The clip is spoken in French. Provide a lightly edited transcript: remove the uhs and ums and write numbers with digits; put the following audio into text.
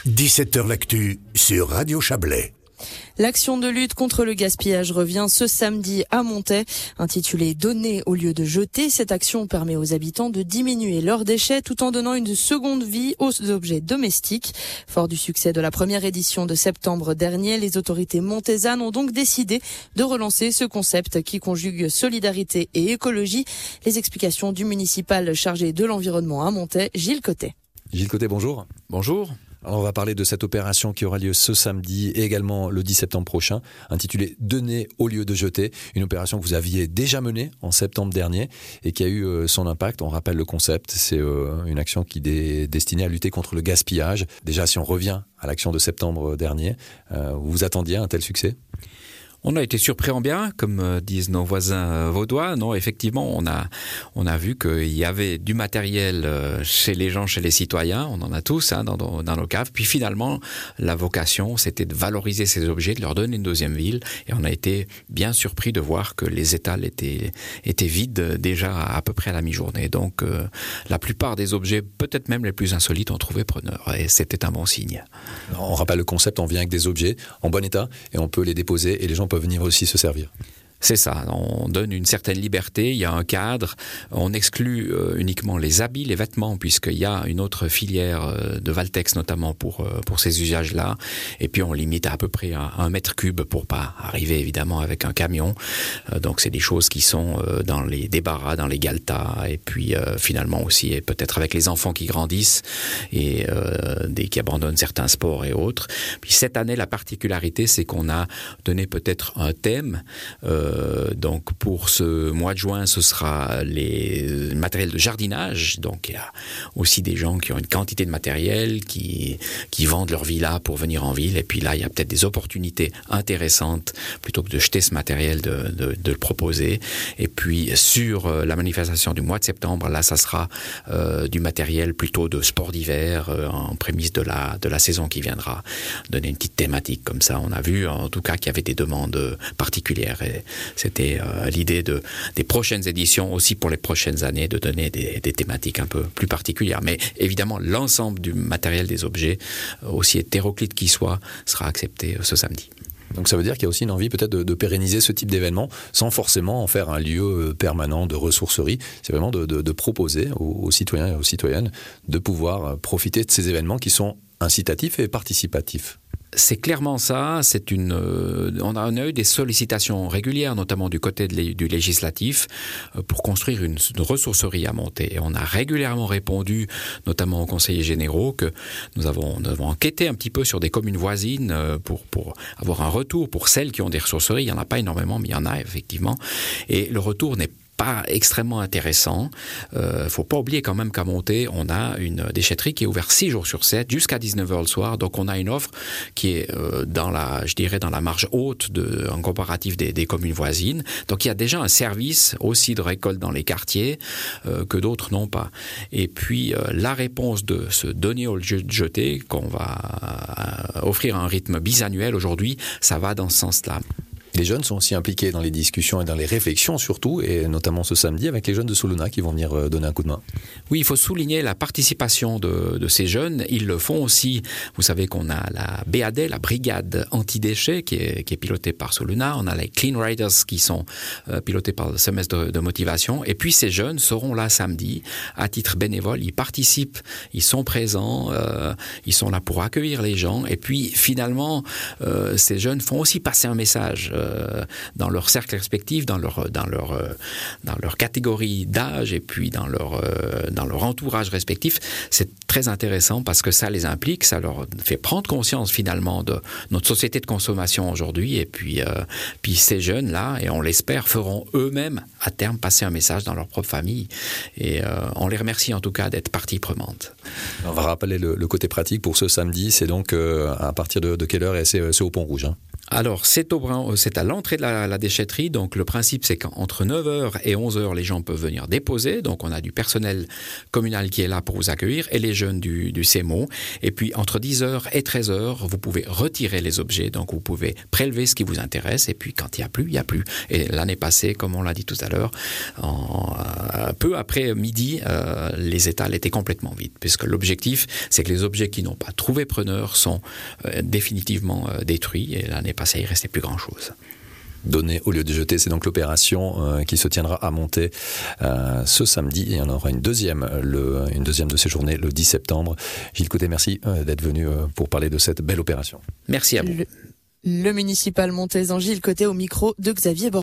17h l'actu sur Radio Chablais. L'action de lutte contre le gaspillage revient ce samedi à Montaix. Intitulée « Donner au lieu de jeter », cette action permet aux habitants de diminuer leurs déchets tout en donnant une seconde vie aux objets domestiques. Fort du succès de la première édition de septembre dernier, les autorités montaisanes ont donc décidé de relancer ce concept qui conjugue solidarité et écologie. Les explications du municipal chargé de l'environnement à Montaix, Gilles Cotet. Gilles Cotet, bonjour. Bonjour. Alors on va parler de cette opération qui aura lieu ce samedi et également le 10 septembre prochain, intitulée « Donner au lieu de jeter », une opération que vous aviez déjà menée en septembre dernier et qui a eu son impact. On rappelle le concept, c'est une action qui est destinée à lutter contre le gaspillage. Déjà, si on revient à l'action de septembre dernier, vous vous attendiez à un tel succès ? On a été surpris en bien, comme disent nos voisins vaudois. Non, effectivement, on a vu qu'il y avait du matériel chez les gens, chez les citoyens. On en a tous dans nos caves. Puis finalement, la vocation, c'était de valoriser ces objets, de leur donner une deuxième vie. Et on a été bien surpris de voir que les étals étaient vides déjà à peu près à la mi-journée. Donc, la plupart des objets, peut-être même les plus insolites, ont trouvé preneur. Et c'était un bon signe. Alors, on rappelle le concept, on vient avec des objets en bon état et on peut les déposer et les gens peuvent venir aussi se servir. C'est ça, on donne une certaine liberté, il y a un cadre, on exclut uniquement les habits, les vêtements, puisqu'il y a une autre filière de Valtex notamment pour ces usages-là, et puis on limite à peu près à 1 mètre cube pour pas arriver évidemment avec un camion, donc c'est des choses qui sont dans les débarras, dans les galetas, et puis finalement aussi, et peut-être avec les enfants qui grandissent, et qui abandonnent certains sports et autres. Puis cette année, la particularité, c'est qu'on a donné peut-être un thème, donc pour ce mois de juin, ce sera les matériels de jardinage. Donc il y a aussi des gens qui ont une quantité de matériel, qui vendent leur villa pour venir en ville. Et puis là, il y a peut-être des opportunités intéressantes, plutôt que de jeter ce matériel, de le proposer. Et puis sur la manifestation du mois de septembre, là, ça sera du matériel plutôt de sport d'hiver, en prémisse de la saison qui viendra. Donner une petite thématique comme ça. On a vu en tout cas qu'il y avait des demandes particulières. Et c'était l'idée des prochaines éditions, aussi pour les prochaines années, de donner des thématiques un peu plus particulières. Mais évidemment, l'ensemble du matériel des objets, aussi hétéroclite qu'il soit, sera accepté ce samedi. Donc ça veut dire qu'il y a aussi une envie peut-être de pérenniser ce type d'événement sans forcément en faire un lieu permanent de ressourcerie. C'est vraiment de proposer aux citoyens et aux citoyennes de pouvoir profiter de ces événements qui sont incitatifs et participatifs. C'est clairement ça. On a eu des sollicitations régulières, notamment du côté du législatif, pour construire une ressourcerie à Montaix. Et on a régulièrement répondu, notamment aux conseillers généraux, que nous avons enquêté un petit peu sur des communes voisines pour avoir un retour pour celles qui ont des ressourceries. Il n'y en a pas énormément, mais il y en a effectivement. Et le retour n'est pas extrêmement intéressant. Faut pas oublier quand même qu'à Montaix, on a une déchetterie qui est ouverte 6 jours sur 7 jusqu'à 19h le soir. Donc on a une offre qui est dans la marge haute en comparatif des communes voisines. Donc il y a déjà un service aussi de récolte dans les quartiers que d'autres n'ont pas. Et puis la réponse de se donner au lieu de jeter, qu'on va offrir à un rythme bisannuel aujourd'hui, ça va dans ce sens-là. Les jeunes sont aussi impliqués dans les discussions et dans les réflexions surtout, et notamment ce samedi avec les jeunes de Soluna qui vont venir donner un coup de main. Oui, il faut souligner la participation de ces jeunes. Ils le font aussi. Vous savez qu'on a la BAD, la brigade anti-déchets, qui est pilotée par Soluna. On a les Clean Riders qui sont pilotés par le semestre de motivation. Et puis ces jeunes seront là samedi à titre bénévole. Ils participent, ils sont présents, ils sont là pour accueillir les gens. Et puis finalement, ces jeunes font aussi passer un message dans leur cercle respectif, dans leur catégorie d'âge et puis dans leur entourage respectif. C'est très intéressant parce que ça les implique, ça leur fait prendre conscience finalement de notre société de consommation aujourd'hui, et puis ces jeunes-là, et on l'espère, feront eux-mêmes à terme passer un message dans leur propre famille, et on les remercie en tout cas d'être partie prenante. On va rappeler le côté pratique pour ce samedi, c'est donc à partir de quelle heure, et c'est au Pont Rouge, hein. Alors, c'est à l'entrée de la déchetterie. Donc, le principe, c'est qu'entre 9h et 11h, les gens peuvent venir déposer. Donc, on a du personnel communal qui est là pour vous accueillir et les jeunes du CEMO. Et puis, entre 10h et 13h, vous pouvez retirer les objets. Donc, vous pouvez prélever ce qui vous intéresse. Et puis, quand il n'y a plus, il n'y a plus. Et l'année passée, comme on l'a dit tout à l'heure, peu après midi, les étals étaient complètement vides. Puisque l'objectif, c'est que les objets qui n'ont pas trouvé preneur sont définitivement détruits. Et l'année passée, il ne restait plus grand-chose. Donner au lieu de jeter, c'est donc l'opération qui se tiendra à Montaix ce samedi. Et il y en aura une deuxième de ces journées le 10 septembre. Gilles Côté, merci d'être venu pour parler de cette belle opération. Merci à vous. Le municipal montaisan Gilles Côté au micro de Xavier Bordeaux.